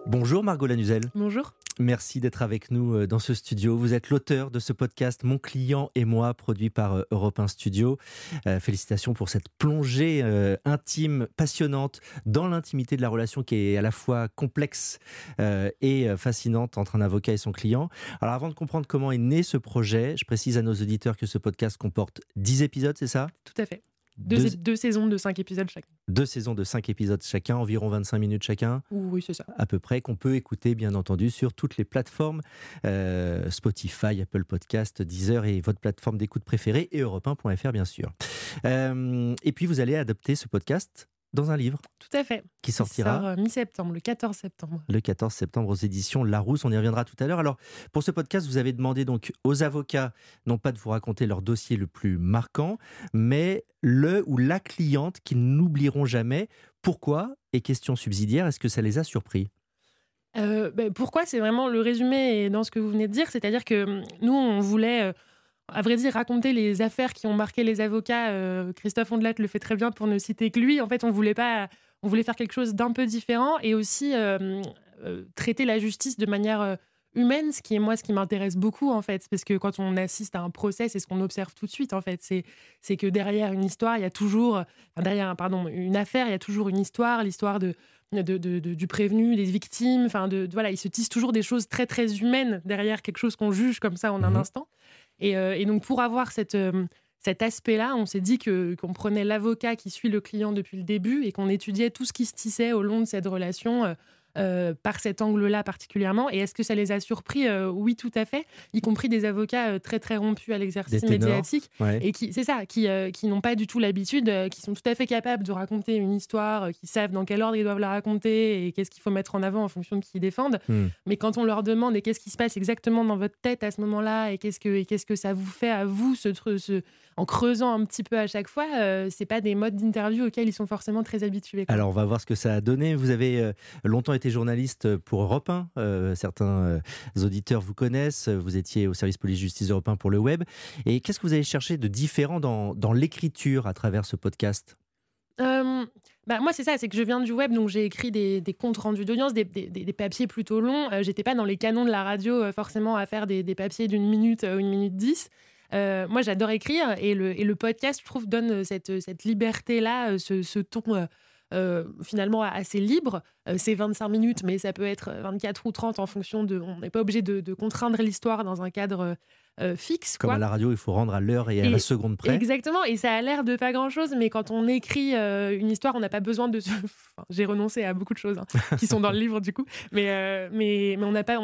Bonjour Margot Lanuzel. Bonjour. Merci d'être avec nous dans ce studio. Vous êtes l'auteur de ce podcast Mon client et moi, produit par Europe 1 Studio. Félicitations pour cette plongée intime, passionnante dans l'intimité de la relation qui est à la fois complexe et fascinante entre un avocat et son client. Alors avant de comprendre comment est né ce projet, je précise à nos auditeurs que ce podcast comporte 10 épisodes, c'est ça ? Tout à fait. Deux saisons de 5 épisodes chacun. 2 saisons de 5 épisodes chacun, environ 25 minutes chacun. Oui, c'est ça. À peu près, qu'on peut écouter bien entendu sur toutes les plateformes, Spotify, Apple Podcast, Deezer et votre plateforme d'écoute préférée, et europe1.fr bien sûr. Et puis vous allez adapter ce podcast dans un livre. Tout à fait. Qui sortira Il sort mi-septembre, le 14 septembre. Le 14 septembre aux éditions Larousse, on y reviendra tout à l'heure. Alors, pour ce podcast, vous avez demandé donc aux avocats, non pas de vous raconter leur dossier le plus marquant, mais le ou la cliente qu'ils n'oublieront jamais. Pourquoi ? Et question subsidiaire, est-ce que ça les a surpris ? Pourquoi ? C'est vraiment le résumé dans ce que vous venez de dire. C'est-à-dire que nous, on voulait... à vrai dire, raconter les affaires qui ont marqué les avocats. Christophe Ondelat le fait très bien pour ne citer que lui. En fait, on voulait faire quelque chose d'un peu différent et aussi traiter la justice de manière humaine, ce qui m'intéresse beaucoup, en fait. Parce que quand on assiste à un procès, c'est ce qu'on observe tout de suite, en fait. C'est que derrière une histoire, il y a toujours... une affaire, il y a toujours une histoire, l'histoire du prévenu, des victimes. Voilà, il se tisse toujours des choses très, très humaines derrière quelque chose qu'on juge comme ça en un instant. Et donc, pour avoir cet aspect-là, on s'est dit qu'on prenait l'avocat qui suit le client depuis le début et qu'on étudiait tout ce qui se tissait au long de cette relation par cet angle-là particulièrement. Et est-ce que ça les a surpris ? Oui, tout à fait, y compris des avocats très, très rompus à l'exercice médiatique. Ouais. Et qui n'ont pas du tout l'habitude, qui sont tout à fait capables de raconter une histoire, qui savent dans quel ordre ils doivent la raconter et qu'est-ce qu'il faut mettre en avant en fonction de qui ils défendent. Mais quand on leur demande et qu'est-ce qui se passe exactement dans votre tête à ce moment-là et qu'est-ce que ça vous fait à vous en creusant un petit peu à chaque fois, c'est pas des modes d'interview auxquels ils sont forcément très habitués, quoi. Alors, on va voir ce que ça a donné. Vous avez longtemps été journaliste pour Europe 1. Certains auditeurs vous connaissent. Vous étiez au service police-justice Europe 1 pour le web. Et qu'est-ce que vous avez cherché de différent dans l'écriture à travers ce podcast ? Moi, c'est ça, c'est que je viens du web, donc j'ai écrit des comptes rendus d'audience, des papiers plutôt longs. J'étais pas dans les canons de la radio forcément à faire des papiers d'une minute ou 1 minute 10. Moi, j'adore écrire et le podcast, je trouve, donne cette liberté-là, ce ton finalement assez libre. C'est 25 minutes, mais ça peut être 24 ou 30 en fonction de... On n'est pas obligé de contraindre l'histoire dans un cadre fixe. Comme quoi. à la radio, il faut rendre à l'heure et à la seconde près. Exactement, et ça a l'air de pas grand-chose, mais quand on écrit une histoire, on n'a pas besoin de... j'ai renoncé à beaucoup de choses qui sont dans le livre, du coup. Mais on n'a pas...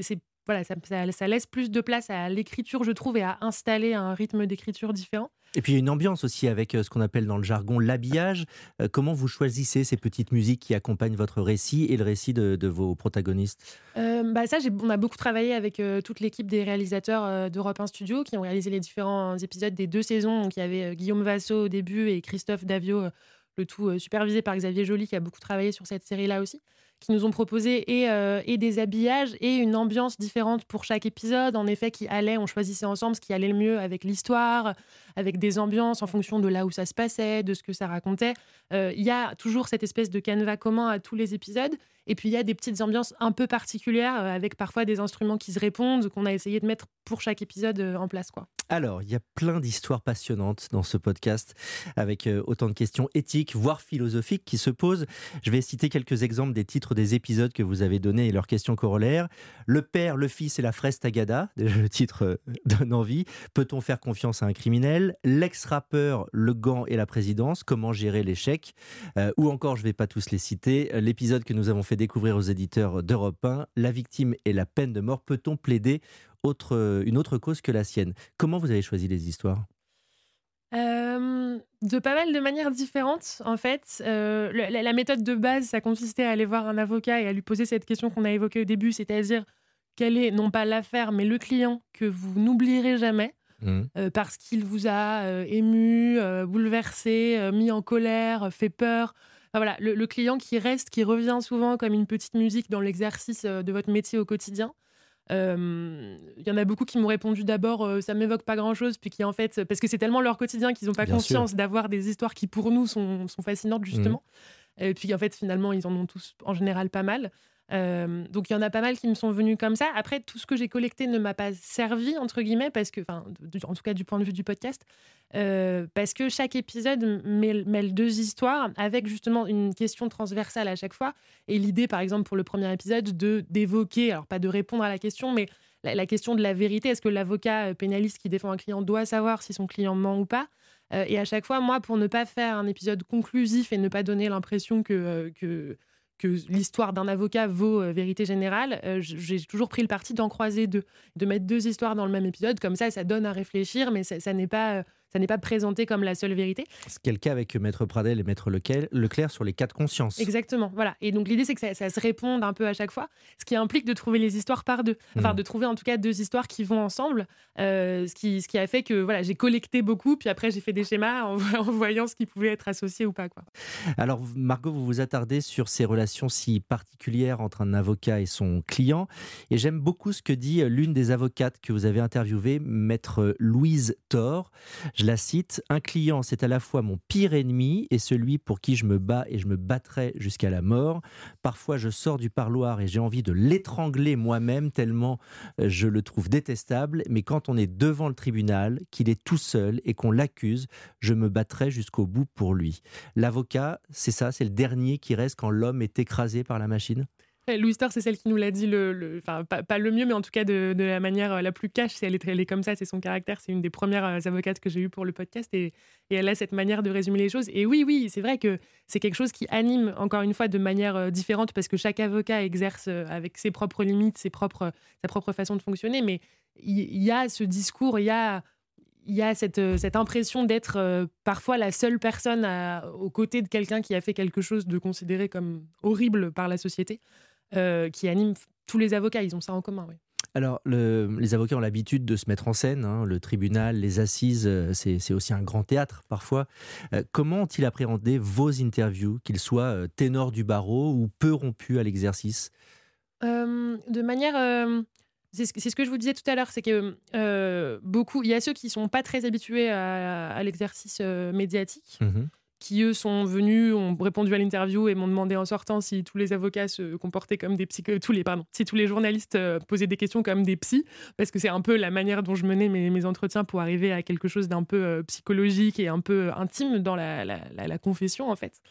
ça laisse plus de place à l'écriture, je trouve, et à installer un rythme d'écriture différent. Et puis il y a une ambiance aussi avec ce qu'on appelle dans le jargon l'habillage. Comment vous choisissez ces petites musiques qui accompagnent votre récit et le récit de vos protagonistes ? On a beaucoup travaillé avec toute l'équipe des réalisateurs d'Europe 1 Studio qui ont réalisé les différents épisodes des 2 saisons. Donc il y avait Guillaume Vassaux au début et Christophe Davio, le tout supervisé par Xavier Joly qui a beaucoup travaillé sur cette série-là aussi, qui nous ont proposé et des habillages et une ambiance différente pour chaque épisode, en effet, on choisissait ensemble ce qui allait le mieux avec l'histoire, avec des ambiances en fonction de là où ça se passait, de ce que ça racontait. Il y a toujours cette espèce de canevas commun à tous les épisodes, et puis il y a des petites ambiances un peu particulières, avec parfois des instruments qui se répondent, qu'on a essayé de mettre pour chaque épisode en place, quoi. Alors, il y a plein d'histoires passionnantes dans ce podcast, avec autant de questions éthiques, voire philosophiques qui se posent. Je vais citer quelques exemples des titres des épisodes que vous avez donnés et leurs questions corollaires. Le père, le fils et la fraise Tagada, déjà le titre donne envie. Peut-on faire confiance à un criminel ? L'ex-rappeur, le gant et la présidence, comment gérer l'échec ? Ou encore, je ne vais pas tous les citer, l'épisode que nous avons fait découvrir aux éditeurs d'Europe 1, la victime et la peine de mort, peut-on plaider une autre cause que la sienne ? Comment vous avez choisi les histoires ? De pas mal de manières différentes, en fait. La méthode de base, ça consistait à aller voir un avocat et à lui poser cette question qu'on a évoquée au début, c'est-à-dire quel est, non pas l'affaire, mais le client que vous n'oublierez jamais, parce qu'il vous a ému, bouleversé, mis en colère, fait peur. Enfin, voilà, le client qui revient souvent comme une petite musique dans l'exercice de votre métier au quotidien. Il y en a beaucoup qui m'ont répondu d'abord ça m'évoque pas grand chose, puis qui en fait, parce que c'est tellement leur quotidien qu'ils n'ont pas conscience d'avoir des histoires qui pour nous sont fascinantes justement. Et puis en fait finalement ils en ont tous en général pas mal. Donc il y en a pas mal qui me sont venus comme ça. Après, tout ce que j'ai collecté ne m'a pas servi, entre guillemets, parce que, en tout cas du point de vue du podcast, parce que chaque épisode mêle deux histoires avec justement une question transversale à chaque fois. Et l'idée, par exemple, pour le premier épisode, d'évoquer, alors pas de répondre à la question, mais la question de la vérité. Est-ce que l'avocat pénaliste qui défend un client doit savoir si son client ment ou pas? Et à chaque fois, moi, pour ne pas faire un épisode conclusif et ne pas donner l'impression que l'histoire d'un avocat vaut vérité générale, j'ai toujours pris le parti d'en croiser deux, de mettre deux histoires dans le même épisode. Comme ça donne à réfléchir, mais ça n'est pas présenté comme la seule vérité. C'est le cas avec Maître Pradel et Maître Leclerc sur les cas de conscience. Exactement, voilà. Et donc l'idée, c'est que ça se réponde un peu à chaque fois, ce qui implique de trouver les histoires par deux. Enfin, de trouver en tout cas deux histoires qui vont ensemble, ce qui a fait que voilà, j'ai collecté beaucoup, puis après j'ai fait des schémas en voyant ce qui pouvait être associé ou pas, quoi. Alors Margot, vous vous attardez sur ces relations si particulières entre un avocat et son client, et j'aime beaucoup ce que dit l'une des avocates que vous avez interviewée, Maître Louise Thor. Je la cite: un client, c'est à la fois mon pire ennemi et celui pour qui je me bats et je me battrai jusqu'à la mort. Parfois, je sors du parloir et j'ai envie de l'étrangler moi-même tellement je le trouve détestable. Mais quand on est devant le tribunal, qu'il est tout seul et qu'on l'accuse, je me battrai jusqu'au bout pour lui. L'avocat, c'est ça, c'est le dernier qui reste quand l'homme est écrasé par la machine. Louise Thor, c'est celle qui nous l'a dit, pas le mieux, mais en tout cas de la manière la plus cash. Elle est comme ça, c'est son caractère. C'est une des premières avocates que j'ai eues pour le podcast et elle a cette manière de résumer les choses. Et oui, c'est vrai que c'est quelque chose qui anime, encore une fois, de manière différente parce que chaque avocat exerce avec ses propres limites, sa propre façon de fonctionner. Mais il y a ce discours, il y a cette impression d'être parfois la seule personne aux côtés de quelqu'un qui a fait quelque chose de considéré comme horrible par la société, qui anime tous les avocats. Ils ont ça en commun, oui. Alors, les avocats ont l'habitude de se mettre en scène, hein, le tribunal, les assises, c'est aussi un grand théâtre parfois. Comment ont-ils appréhendé vos interviews, qu'ils soient ténors du barreau ou peu rompus à l'exercice? De manière... c'est ce que je vous disais tout à l'heure, c'est que il y a ceux qui sont pas très habitués à l'exercice médiatique, qui eux sont venus, ont répondu à l'interview et m'ont demandé en sortant si tous les avocats se comportaient comme des si tous les journalistes posaient des questions comme des psys, parce que c'est un peu la manière dont je menais mes entretiens pour arriver à quelque chose d'un peu psychologique et un peu intime dans la confession en fait.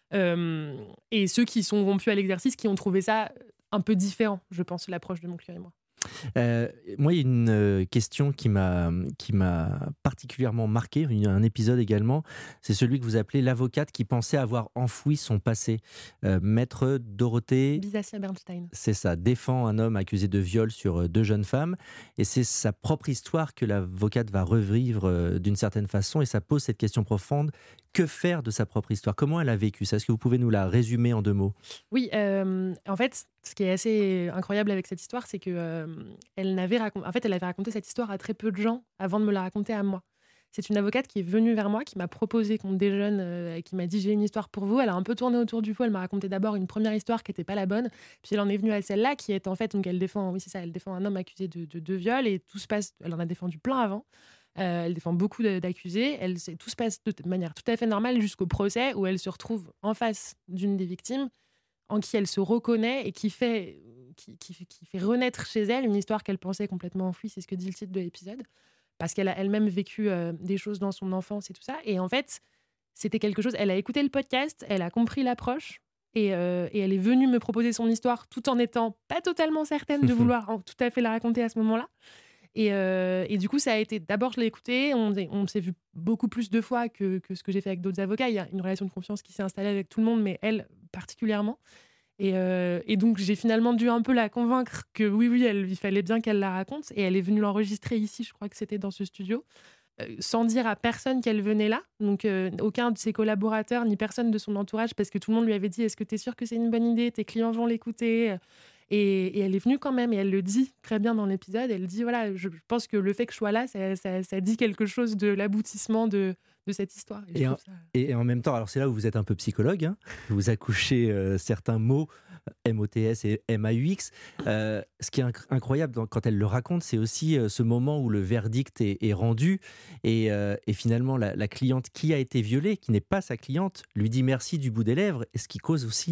Et ceux qui sont rompus à l'exercice, qui ont trouvé ça un peu différent, je pense, l'approche de mon client et moi. Moi, il y a une question qui m'a particulièrement marqué, un épisode également, c'est celui que vous appelez l'avocate qui pensait avoir enfoui son passé. Maître Dorothée Bizassia Bernstein. C'est ça, défend un homme accusé de viol sur deux jeunes femmes, et c'est sa propre histoire que l'avocate va revivre d'une certaine façon, et ça pose cette question profonde: que faire de sa propre histoire? Comment elle a vécu ça? Est-ce que vous pouvez nous la résumer en 2 mots? Oui, en fait, ce qui est assez incroyable avec cette histoire, c'est que elle avait raconté cette histoire à très peu de gens avant de me la raconter à moi. C'est une avocate qui est venue vers moi, qui m'a proposé qu'on déjeune, et qui m'a dit: «J'ai une histoire pour vous». Elle a un peu tourné autour du pot. Elle m'a raconté d'abord une première histoire qui n'était pas la bonne. Puis elle en est venue à celle-là qui est en fait, donc elle défend un homme accusé de viol, et tout se passe. Elle en a défendu plein avant. Elle défend beaucoup d'accusés. Tout se passe de manière tout à fait normale jusqu'au procès où elle se retrouve en face d'une des victimes en qui elle se reconnaît et qui fait renaître chez elle une histoire qu'elle pensait complètement enfouie. C'est ce que dit le titre de l'épisode. Parce qu'elle a elle-même vécu des choses dans son enfance et tout ça. Et en fait, c'était quelque chose... Elle a écouté le podcast, elle a compris l'approche et elle est venue me proposer son histoire tout en étant pas totalement certaine de vouloir tout à fait la raconter à ce moment-là. Et du coup, ça a été... D'abord, je l'ai écouté, on s'est vu beaucoup plus de fois que ce que j'ai fait avec d'autres avocats. Il y a une relation de confiance qui s'est installée avec tout le monde, mais elle particulièrement. Et donc, j'ai finalement dû un peu la convaincre que oui, il fallait bien qu'elle la raconte. Et elle est venue l'enregistrer ici, je crois que c'était dans ce studio, sans dire à personne qu'elle venait là. Donc, aucun de ses collaborateurs, ni personne de son entourage, parce que tout le monde lui avait dit: est-ce que tu es sûre que c'est une bonne idée? Tes clients vont l'écouter. Et elle est venue quand même, et elle le dit très bien dans l'épisode. Elle dit: voilà, je pense que le fait que je sois là, ça dit quelque chose de l'aboutissement de cette histoire. Et en même temps, alors c'est là où vous êtes un peu psychologue, hein, vous accouchez certains mots, MOTS et MAUX. Ce qui est incroyable quand elle le raconte, c'est aussi ce moment où le verdict est rendu, et finalement la cliente qui a été violée, qui n'est pas sa cliente, lui dit merci du bout des lèvres, et ce qui cause aussi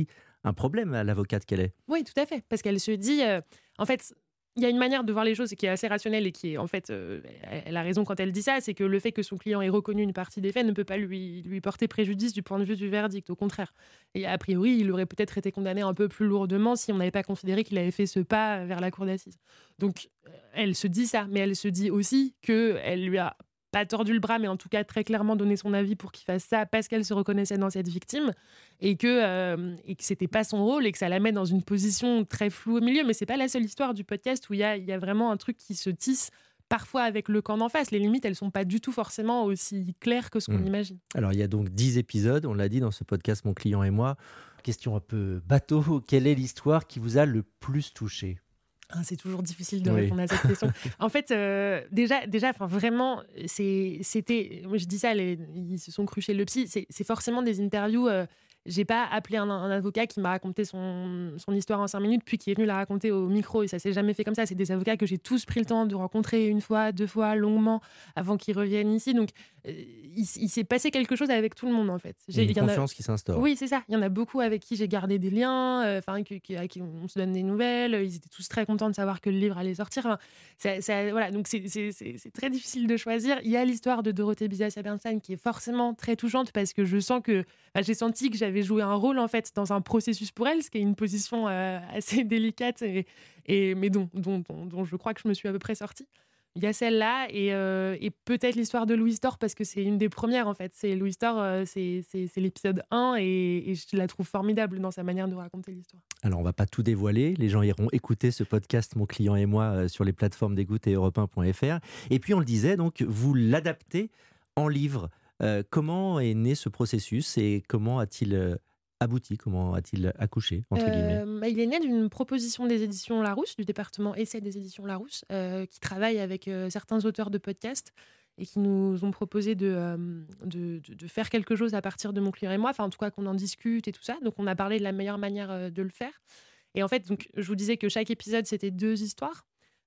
un problème à l'avocate qu'elle est. Oui, tout à fait. Parce qu'elle se dit, en fait, il y a une manière de voir les choses qui est assez rationnelle et qui est, en fait, elle a raison quand elle dit ça, c'est que le fait que son client ait reconnu une partie des faits ne peut pas lui porter préjudice du point de vue du verdict, au contraire. Et a priori, il aurait peut-être été condamné un peu plus lourdement si on n'avait pas considéré qu'il avait fait ce pas vers la cour d'assises. Donc, elle se dit ça, mais elle se dit aussi qu'elle lui a pas tordu le bras, mais en tout cas très clairement donné son avis pour qu'il fasse ça parce qu'elle se reconnaissait dans cette victime et que c'était pas son rôle et que ça la met dans une position très floue au milieu. Mais c'est pas la seule histoire du podcast où il y a vraiment un truc qui se tisse parfois avec le camp d'en face. Les limites, elles sont pas du tout forcément aussi claires que ce qu'on imagine. Alors, il y a donc 10 épisodes, on l'a dit dans ce podcast Mon client et moi. Question un peu bateau, quelle est l'histoire qui vous a le plus touché ? C'est toujours difficile de répondre à cette question. En fait, déjà, vraiment, c'était. Je dis ça, ils se sont crus chez le psy. C'est forcément des interviews. J'ai pas appelé un avocat qui m'a raconté son histoire en 5 minutes, puis qui est venu la raconter au micro. Et ça s'est jamais fait comme ça. C'est des avocats que j'ai tous pris le temps de rencontrer 1 fois, 2 fois, longuement, avant qu'ils reviennent ici. Donc, il s'est passé quelque chose avec tout le monde, en fait. Il y a une confiance qui s'instaure. Oui, c'est ça. Il y en a beaucoup avec qui j'ai gardé des liens, à qui on se donne des nouvelles. Ils étaient tous très contents de savoir que le livre allait sortir. Enfin, voilà. Donc, c'est très difficile de choisir. Il y a l'histoire de Dorothée Bizias-Bernstein qui est forcément très touchante parce que je sens que j'ai senti que j'avais joué un rôle en fait dans un processus pour elle, ce qui est une position assez délicate mais dont je crois que je me suis à peu près sortie. Il y a celle-là et peut-être l'histoire de Louise Thor parce que c'est une des premières en fait. C'est Louise Thor, c'est l'épisode 1 et je la trouve formidable dans sa manière de raconter l'histoire. Alors on va pas tout dévoiler, les gens iront écouter ce podcast Mon client et moi sur les plateformes d'écoute et europe1.fr. Et puis on le disait, donc vous l'adaptez en livre. Comment est né ce processus et comment a-t-il abouti, comment a-t-il accouché, entre guillemets? Il est né d'une proposition des éditions Larousse, du département essai des éditions Larousse, qui travaille avec certains auteurs de podcasts et qui nous ont proposé de faire quelque chose à partir de Mon client et moi, enfin en tout cas qu'on en discute et tout ça. Donc on a parlé de la meilleure manière de le faire. Et en fait, donc, je vous disais que chaque épisode, c'était 2 histoires.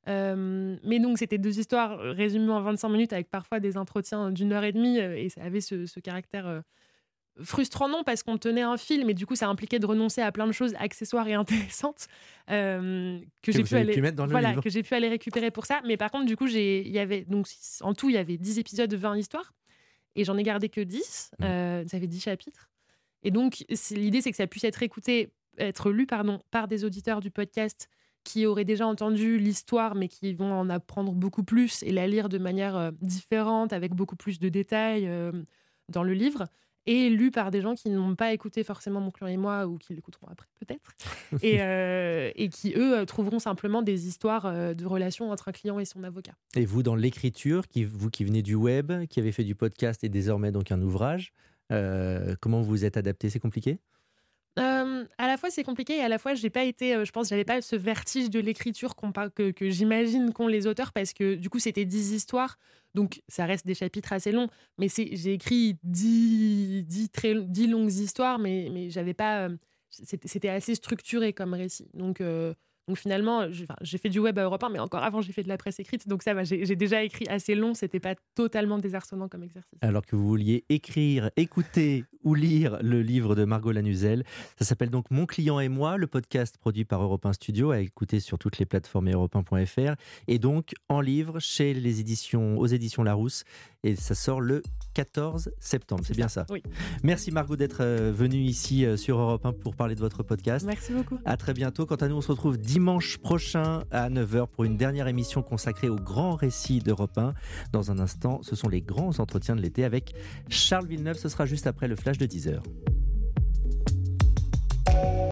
Mais donc c'était 2 histoires résumées en 25 minutes avec parfois des entretiens d'1h30 et ça avait ce caractère frustrant, non, parce qu'on tenait un fil, mais du coup ça impliquait de renoncer à plein de choses accessoires et intéressantes que j'ai pu mettre dans le livre. Que j'ai pu aller récupérer pour ça. Mais par contre du coup en tout il y avait 10 épisodes, 20 histoires et j'en ai gardé que 10. Ça fait 10 chapitres et donc l'idée c'est que ça puisse être lu par des auditeurs du podcast qui auraient déjà entendu l'histoire, mais qui vont en apprendre beaucoup plus et la lire de manière différente, avec beaucoup plus de détails dans le livre, et lu par des gens qui n'ont pas écouté forcément Mon client et moi, ou qui l'écouteront après peut-être, et qui, eux, trouveront simplement des histoires de relations entre un client et son avocat. Et vous, dans l'écriture, vous qui venez du web, qui avez fait du podcast et désormais donc un ouvrage, comment vous vous êtes adapté? C'est compliqué? À la fois c'est compliqué et à la fois j'ai pas été, je pense, j'avais pas ce vertige de l'écriture que j'imagine qu'ont les auteurs parce que du coup c'était 10 histoires, donc ça reste des chapitres assez longs, mais j'ai écrit 10 longues histoires, mais j'avais pas, c'était assez structuré comme récit, donc finalement j'ai fait du web à Europe 1, mais encore avant j'ai fait de la presse écrite, donc ça va, j'ai déjà écrit assez long, c'était pas totalement désarçonnant comme exercice. Alors que vous vouliez écrire, écouter ou lire le livre de Margot Lanuzel, ça s'appelle donc Mon client et moi, le podcast produit par Europe 1 Studio, à écouter sur toutes les plateformes et europe1.fr, et donc en livre chez aux éditions Larousse, et ça sort le 14 septembre, c'est bien ça? Oui. Merci Margot d'être venue ici sur Europe 1 pour parler de votre podcast. Merci beaucoup. À très bientôt. Quant à nous, on se retrouve dimanche prochain à 9h pour une dernière émission consacrée aux grands récits d'Europe 1. Dans un instant, ce sont les grands entretiens de l'été avec Charles Villeneuve. Ce sera juste après le flash de 10h.